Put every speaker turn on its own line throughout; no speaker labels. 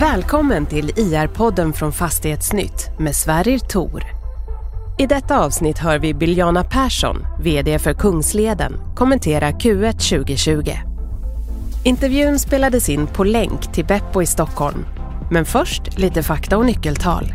Välkommen till IR-podden från Fastighetsnytt med Sverrir Thor. I detta avsnitt hör vi Biljana Persson, vd för Kungsleden, kommentera Q1 2020. Intervjun spelades in på länk till Beppo i Stockholm. Men först lite fakta och nyckeltal.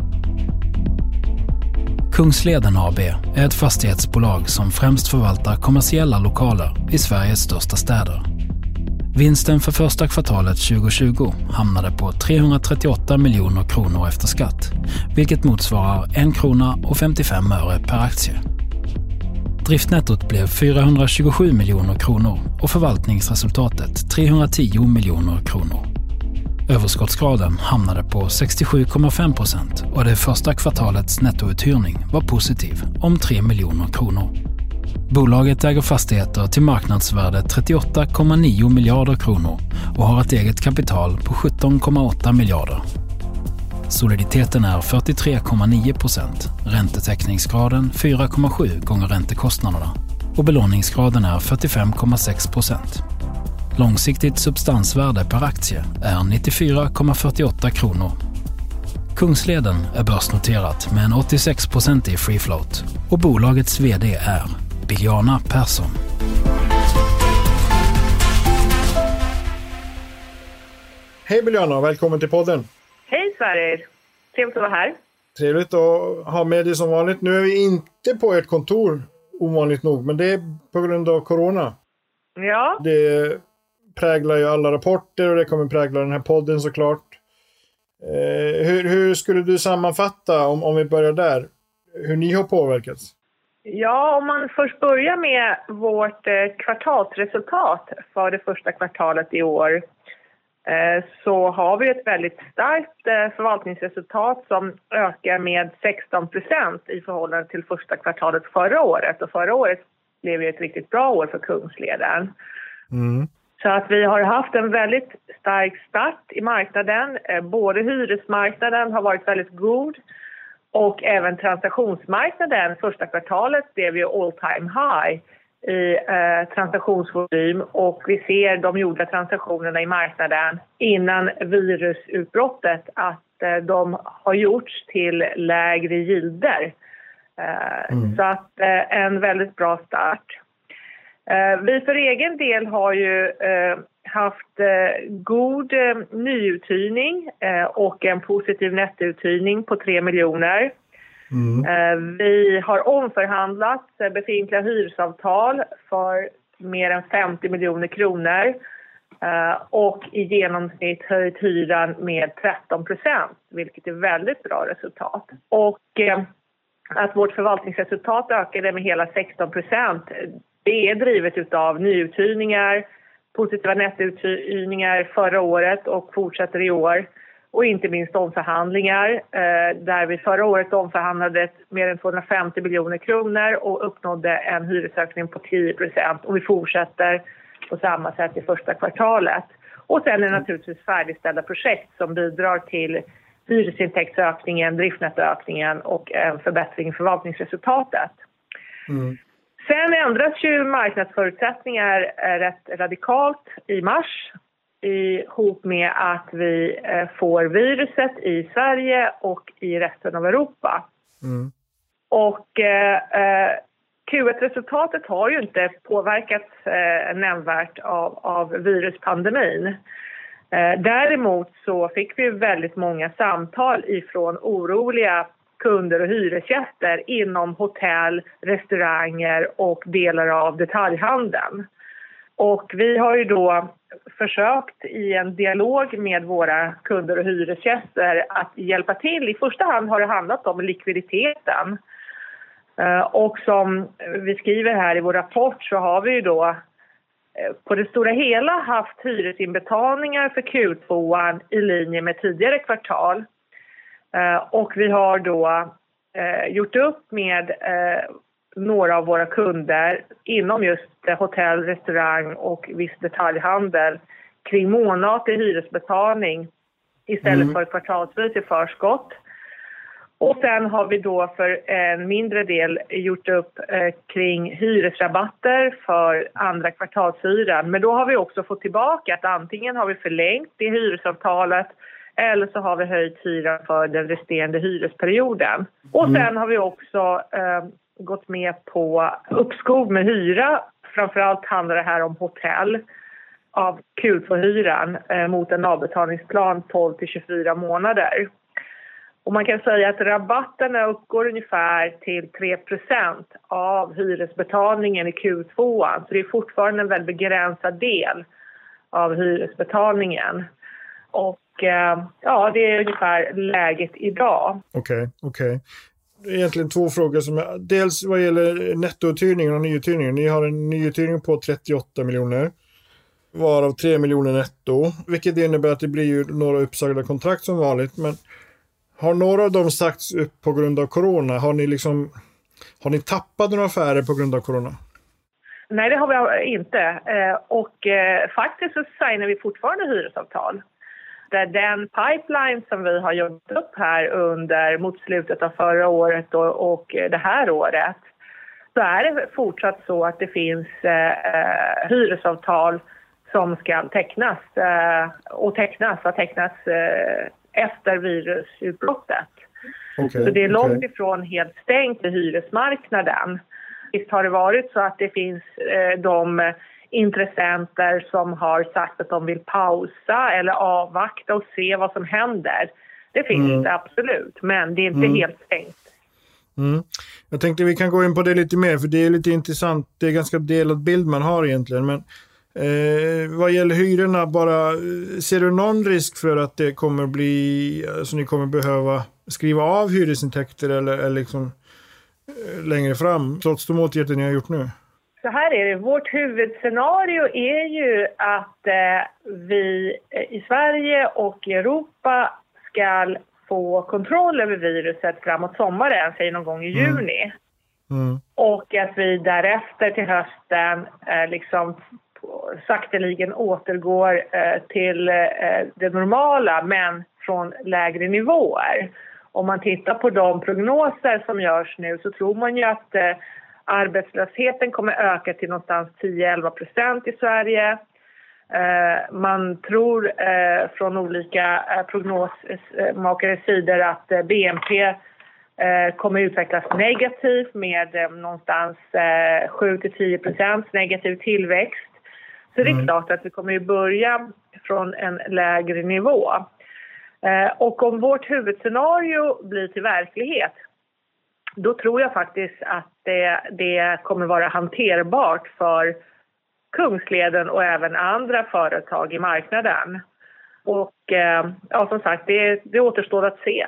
Kungsleden AB är ett fastighetsbolag som främst förvaltar kommersiella lokaler i Sveriges största städer. Vinsten för första kvartalet 2020 hamnade på 338 miljoner kronor efter skatt, vilket motsvarar 1 krona och 55 öre per aktie. Driftnettot blev 427 miljoner kronor och förvaltningsresultatet 310 miljoner kronor. Överskottsgraden hamnade på 67,5% och det första kvartalets nettouthyrning var positiv om 3 miljoner kronor. Bolaget äger fastigheter till marknadsvärde 38,9 miljarder kronor och har ett eget kapital på 17,8 miljarder. Soliditeten är 43,9%, räntetäckningsgraden 4,7 gånger räntekostnaderna och belåningsgraden är 45,6%. Långsiktigt substansvärde per aktie är 94,48 kronor. Kungsleden är börsnoterat med en 86% i free float och bolagets vd är Biljana Persson.
Hej Biljana, välkommen till podden.
Hej Sverrir, trevligt att vara här.
Trevligt att ha med dig som vanligt. Nu är vi inte på ett kontor, ovanligt nog, men det är på grund av corona.
Ja.
Det präglar ju alla rapporter och det kommer prägla den här podden såklart. Hur skulle du sammanfatta, om vi börjar där, hur ni har påverkats?
Ja, om man först börjar med vårt kvartalsresultat för det första kvartalet i år så har vi ett väldigt starkt förvaltningsresultat som ökar med 16% i förhållande till första kvartalet förra året. Och förra året blev ju ett riktigt bra år för Kungsleden. Så att vi har haft en väldigt stark start i marknaden. Både hyresmarknaden har varit väldigt god och även transaktionsmarknaden. Första kvartalet blev ju all time high i transaktionsvolym och vi ser de gjorda transaktionerna i marknaden innan virusutbrottet att de har gjorts till lägre gilder. Så att en väldigt bra start. Vi för egen del har ju haft god nyuthyrning och en positiv nettouthyrning på 3 miljoner. Vi har omförhandlat befintliga hyresavtal för mer än 50 miljoner kronor och i genomsnitt höjt hyran med 13%, vilket är väldigt bra resultat. Och att vårt förvaltningsresultat ökade med hela 16%, det är drivet utav nyuthyrningar, positiva nettouthyrningar förra året och fortsätter i år. Och inte minst omförhandlingar där vi förra året omförhandlade mer än 250 miljoner kronor och uppnådde en hyresökning på 10%. Och vi fortsätter på samma sätt i första kvartalet. Och sen är det naturligtvis färdigställda projekt som bidrar till hyresintäktsökningen, driftnettoökningen och en förbättring i förvaltningsresultatet. Sen ändras ju marknadsförutsättningar rätt radikalt i mars ihop med att vi får viruset i Sverige och i resten av Europa. Och Q1-resultatet har ju inte påverkats nämnvärt av viruspandemin. Däremot så fick vi väldigt många samtal ifrån oroliga kunder och hyresgäster inom hotell, restauranger och delar av detaljhandeln. Och vi har ju då försökt i en dialog med våra kunder och hyresgäster att hjälpa till. I första hand har det handlat om likviditeten. Och som vi skriver här i vår rapport så har vi ju då på det stora hela haft hyresinbetalningar för Q2 i linje med tidigare kvartal. Och vi har då gjort upp med några av våra kunder inom just hotell, restaurang och viss detaljhandel kring månatlig hyresbetalning istället för kvartalsvis i förskott. Och sen har vi då för en mindre del gjort upp kring hyresrabatter för andra kvartalshyran. Men då har vi också fått tillbaka att antingen har vi förlängt det hyresavtalet eller så har vi höjt hyran för den resterande hyresperioden. Och sen har vi också gått med på uppskov med hyra. Framförallt handlar det här om hotell av Q2-hyran mot en avbetalningsplan 12-24 månader. Och man kan säga att rabatterna uppgår ungefär till 3% av hyresbetalningen i Q2. Så det är fortfarande en väldigt begränsad del av hyresbetalningen. Och ja, det är ungefär läget idag.
Okej. Egentligen två frågor. Dels vad gäller nettouthyrningen och nyuthyrningen. Ni har en nyuthyrning på 38 miljoner. Varav 3 miljoner netto. Vilket innebär att det blir ju några uppsagda kontrakt som vanligt. Men har några av dem sagts upp på grund av corona? Har ni tappat några affärer på grund av corona?
Nej, det har vi inte. Och faktiskt så signar vi fortfarande hyresavtal. Den pipeline som vi har jobbat upp här mot slutet av förra året och det här året, så är det fortsatt så att det finns hyresavtal som ska tecknas efter virusutbrottet. Så det är långt ifrån helt stängt i hyresmarknaden. Visst har det varit så att det finns de intressenter som har sagt att de vill pausa eller avvakta och se vad som händer. Det finns det absolut, men det är inte helt stängt.
Jag tänkte vi kan gå in på det lite mer, för det är lite intressant. Det är ganska delad bild man har egentligen, men vad gäller hyrorna, ser du någon risk för att det kommer bli, alltså ni kommer behöva skriva av hyresintäkter eller liksom längre fram, trots de åtgärder ni har gjort nu?
Så här är det. Vårt huvudscenario är ju att vi i Sverige och i Europa ska få kontroll över viruset framåt sommaren, säg någon gång i juni. Och att vi därefter till hösten liksom sakteligen återgår till det normala, men från lägre nivåer. Om man tittar på de prognoser som görs nu så tror man ju att arbetslösheten kommer öka till någonstans 10-11% i Sverige. Man tror från olika prognosmakares sidor att BNP kommer utvecklas negativt med någonstans 7-10% negativ tillväxt. Så det är klart att vi kommer att börja från en lägre nivå. Och om vårt huvudscenario blir till verklighet, då tror jag faktiskt att det kommer vara hanterbart för Kungsleden och även andra företag i marknaden. Och ja, som sagt, det återstår att se.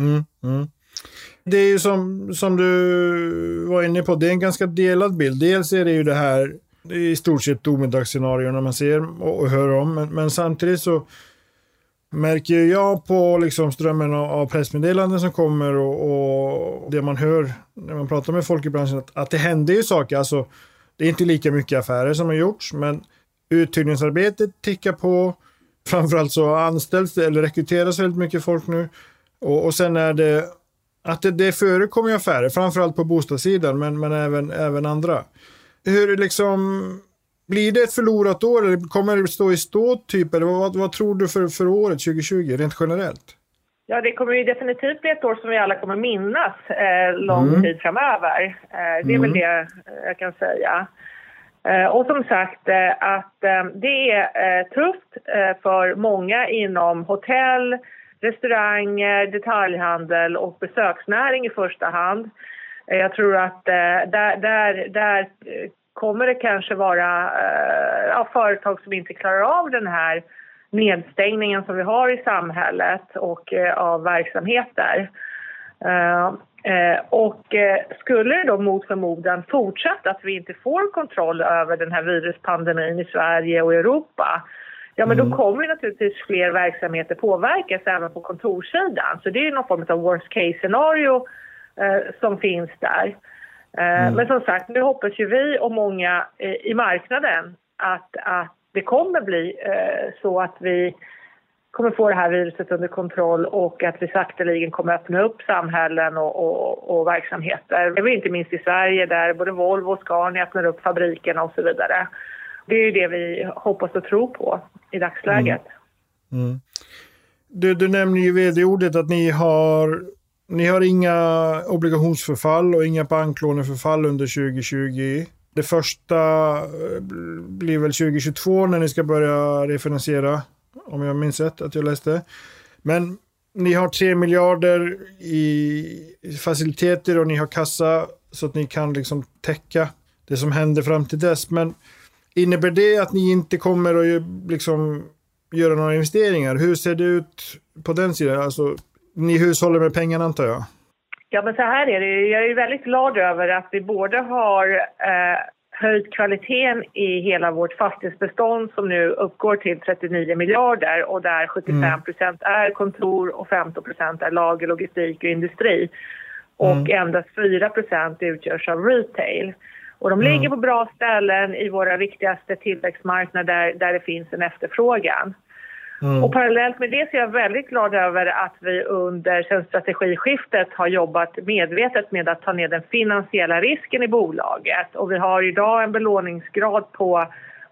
Det är ju som du var inne på, det är en ganska delad bild. Dels är det ju det här, det är i stort sett domedagsscenarier när man ser och hör om, men samtidigt så märker jag på liksom strömmen av pressmeddelanden som kommer och det man hör när man pratar med folk i branschen, att det händer ju saker. Alltså, det är inte lika mycket affärer som har gjorts, men uthyrningsarbetet tickar på. Framförallt så anställs det eller rekryteras väldigt mycket folk nu. Och sen är det att det förekommer affärer, framförallt på bostadssidan, men även andra. Hur liksom, blir det ett förlorat år eller kommer det stå i stå typ? Eller vad tror du för året 2020 rent generellt?
Ja, det kommer ju definitivt bli ett år som vi alla kommer minnas lång tid framöver. Det är väl det jag kan säga. Och som sagt att det är tufft för många inom hotell, restauranger, detaljhandel och besöksnäring i första hand. Jag tror att där kommer det kanske vara företag som inte klarar av den här nedstängningen som vi har i samhället och av verksamheter. Skulle det då mot förmodan fortsätta att vi inte får kontroll över den här viruspandemin i Sverige och Europa, ja men då kommer naturligtvis fler verksamheter påverkas även på kontorssidan. Så det är någon form av worst case scenario som finns där. Men som sagt, nu hoppas ju vi och många i marknaden att det kommer bli så att vi kommer få det här viruset under kontroll och att vi sakteligen kommer öppna upp samhällen och verksamheter. Det är inte minst i Sverige där både Volvo och Scania öppnar upp fabrikerna och så vidare. Det är ju det vi hoppas och tror på i dagsläget.
Du nämner ju vd-ordet att ni har inga obligationsförfall och inga banklåneförfall under 2020. Det första blir väl 2022 när ni ska börja refinansiera, om jag minns rätt att jag läste. Men ni har 3 miljarder i faciliteter och ni har kassa så att ni kan liksom täcka det som händer fram till dess. Men innebär det att ni inte kommer att liksom göra några investeringar? Hur ser det ut på den sidan? Alltså, ni hushåller med pengarna, antar jag.
Ja, men så här är det. Jag är väldigt glad över att vi både har höjt kvaliteten i hela vårt fastighetsbestånd som nu uppgår till 39 miljarder och där 75% är kontor och 15% är lager, logistik och industri. Och endast 4% utgörs av retail. Och de ligger på bra ställen i våra viktigaste tillväxtmarknader där det finns en efterfrågan. Och parallellt med det så är jag väldigt glad över att vi under strategiskiftet har jobbat medvetet med att ta ner den finansiella risken i bolaget. Och vi har idag en belåningsgrad på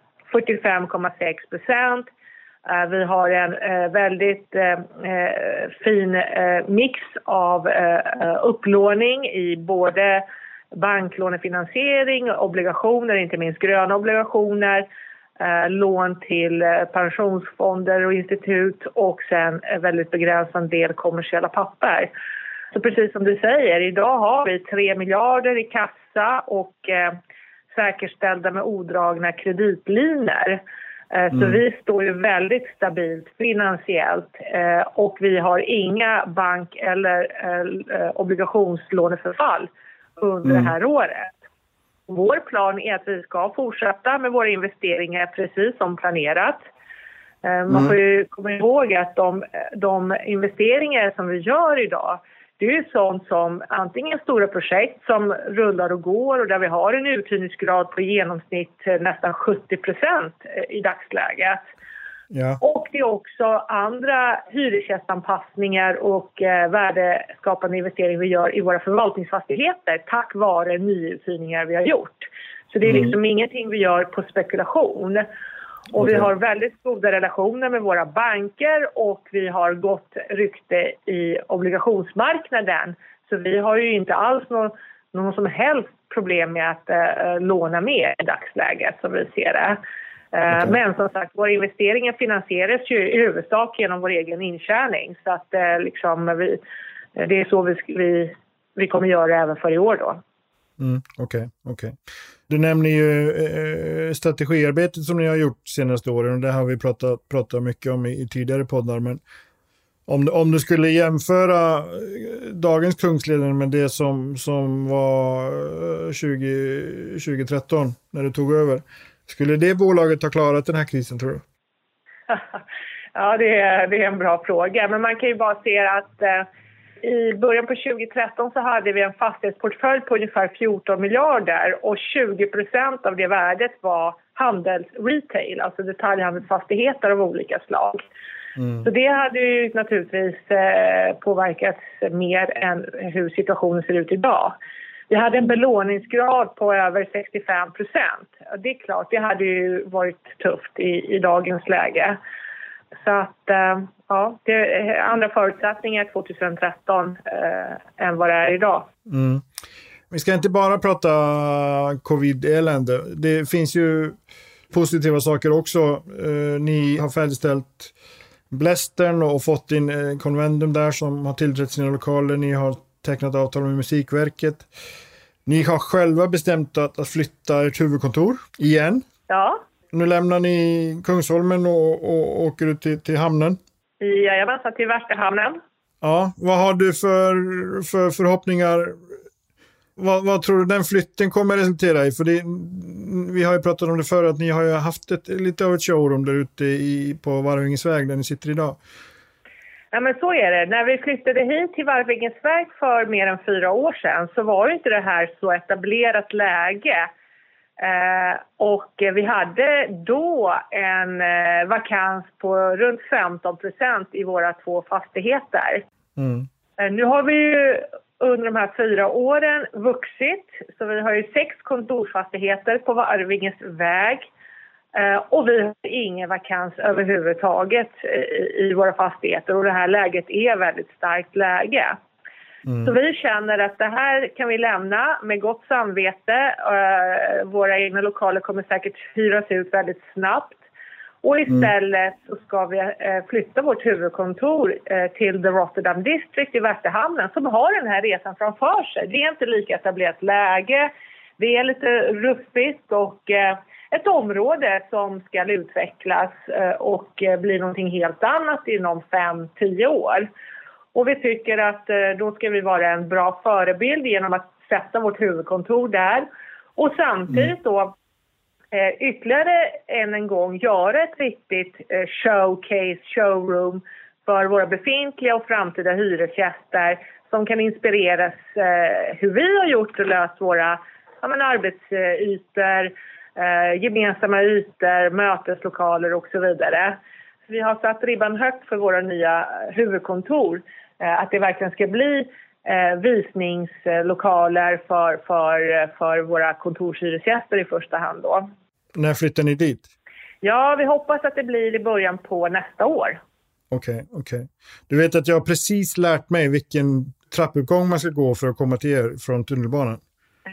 45,6%. Vi har en väldigt fin mix av upplåning i både banklånefinansiering, obligationer, inte minst gröna obligationer, lån till pensionsfonder och institut och sen en väldigt begränsad del kommersiella papper. Så precis som du säger, idag har vi 3 miljarder i kassa och säkerställda med odragna kreditlinjer. Så vi står ju väldigt stabilt finansiellt och vi har inga bank- eller obligationslåneförfall under det här året. Vår plan är att vi ska fortsätta med våra investeringar precis som planerat. Man får ju komma ihåg att de investeringar som vi gör idag, det är ju sånt som antingen stora projekt som rullar och går och där vi har en uthyrningsgrad på genomsnitt nästan 70% i dagsläget. Ja. Och det är också andra hyresgästanpassningar och värdeskapande investeringar vi gör i våra förvaltningsfastigheter tack vare nyuthyrningar vi har gjort. Så det är liksom ingenting vi gör på spekulation. Och vi har väldigt goda relationer med våra banker och vi har gott rykte i obligationsmarknaden. Så vi har ju inte alls någon som helst problem med att låna mer i dagsläget som vi ser det. Men som sagt, våra investeringar finansieras ju i huvudsak genom vår egen intjäning. Så att det är så vi kommer göra även för i år då.
Okej. Du nämner ju strategiarbetet som ni har gjort senaste åren och det har vi pratat mycket om i tidigare poddar. Men om du skulle jämföra dagens Kungsleden med det som var 2013 när du tog över, skulle det bolaget ha klarat den här krisen, tror du?
Ja, det är en bra fråga. Men man kan ju bara se att i början på 2013 så hade vi en fastighetsportfölj på ungefär 14 miljarder och 20% av det värdet var retail, alltså detaljhandelsfastigheter av olika slag. Så det hade ju naturligtvis påverkats mer än hur situationen ser ut idag. Vi hade en belåningsgrad på över 65%. Det är klart, det hade ju varit tufft i dagens läge. Så att, det är andra förutsättningar 2013 än vad det är idag.
Vi ska inte bara prata covid-elände. Det finns ju positiva saker också. Ni har färdigställt Blästern och fått in Convendum där som har tillträtt sina lokaler. Ni har tecknat avtal med Musikverket. Ni har själva bestämt att flytta ert huvudkontor igen. Ja. Nu lämnar ni Kungsholmen och åker ut till hamnen.
Jajamensan, till Värtahamnen.
Ja, vad har du för förhoppningar? Vad tror du den flytten kommer att resultera i? För vi har ju pratat om det förr att ni har ju haft lite av ett showroom där ute på Varvingesväg där ni sitter idag.
Ja, men så är det. När vi flyttade hit till Varvingesväg för mer än 4 år sedan så var ju inte det här så etablerat läge. Och vi hade då en vakans på runt 15% i våra 2 fastigheter. Nu har vi ju under de här 4 åren vuxit. Så vi har ju 6 kontorsfastigheter på Varvingesväg. Och vi har ingen vakans överhuvudtaget i våra fastigheter och det här läget är väldigt starkt läge. Så vi känner att det här kan vi lämna med gott samvete. Våra egna lokaler kommer säkert hyras ut väldigt snabbt. Och istället så ska vi flytta vårt huvudkontor till The Rotterdam District i Västerhamnen som har den här resan framför sig. Det är inte lika etablerat läge, det är lite ruffigt och ett område som ska utvecklas och bli någonting helt annat inom 5-10 år. Och vi tycker att då ska vi vara en bra förebild genom att sätta vårt huvudkontor där och samtidigt då ytterligare en gång göra ett riktigt showroom för våra befintliga och framtida hyresgäster som kan inspireras hur vi har gjort och löst våra arbetsytor, gemensamma ytor, möteslokaler och så vidare. Så vi har satt ribban högt för våra nya huvudkontor att det verkligen ska bli visningslokaler för våra kontorshyresgäster i första hand då.
När flyttar ni dit?
Ja, vi hoppas att det blir i början på nästa år.
Okej. Du vet att jag har precis lärt mig vilken trappuppgång man ska gå för att komma till er från tunnelbanan.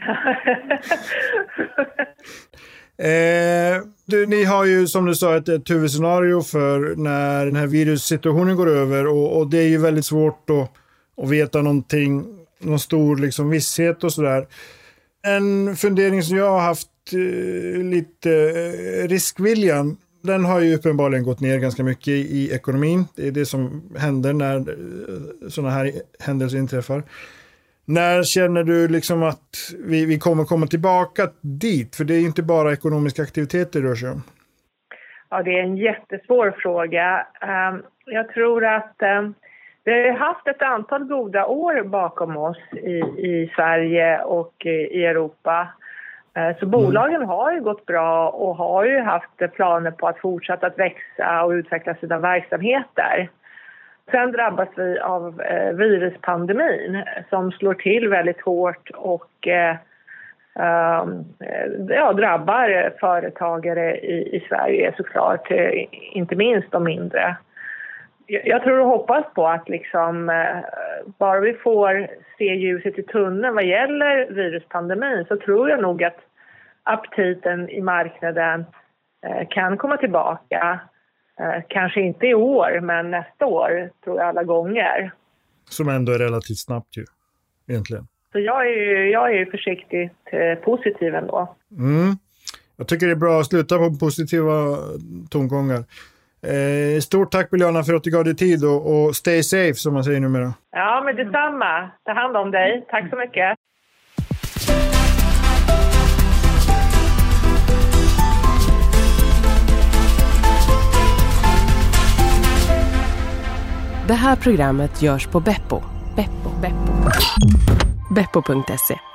Ni har ju som du sa ett huvudscenario för när den här virussituationen går över och det är ju väldigt svårt att veta någon stor liksom visshet och sådär. En fundering som jag har haft lite riskviljan, den har ju uppenbarligen gått ner ganska mycket i ekonomin. Det är det som händer när sådana här händelser inträffar. När känner du liksom att vi kommer komma tillbaka dit? För det är inte bara ekonomiska aktiviteter det rör sig om.
Ja, det är en jättesvår fråga. Jag tror att vi har haft ett antal goda år bakom oss i Sverige och i Europa. Så bolagen har ju gått bra och har ju haft planer på att fortsätta att växa och utveckla sina verksamheter. Sen drabbas vi av viruspandemin som slår till väldigt hårt och drabbar företagare i Sverige såklart, inte minst de mindre. Jag tror och hoppas på att bara vi får se ljuset i tunneln vad gäller viruspandemin så tror jag nog att aptiten i marknaden kan komma tillbaka. Kanske inte i år, men nästa år tror jag alla gånger.
Som ändå är relativt snabbt ju, egentligen.
Så jag är ju försiktigt positiv ändå.
Jag tycker det är bra att sluta på positiva tongångar. Stort tack Biljana för att du gav dig tid och stay safe som man säger numera.
Ja, men detsamma. Ta hand om dig. Tack så mycket.
Det här programmet görs på Beppo. Beppo.se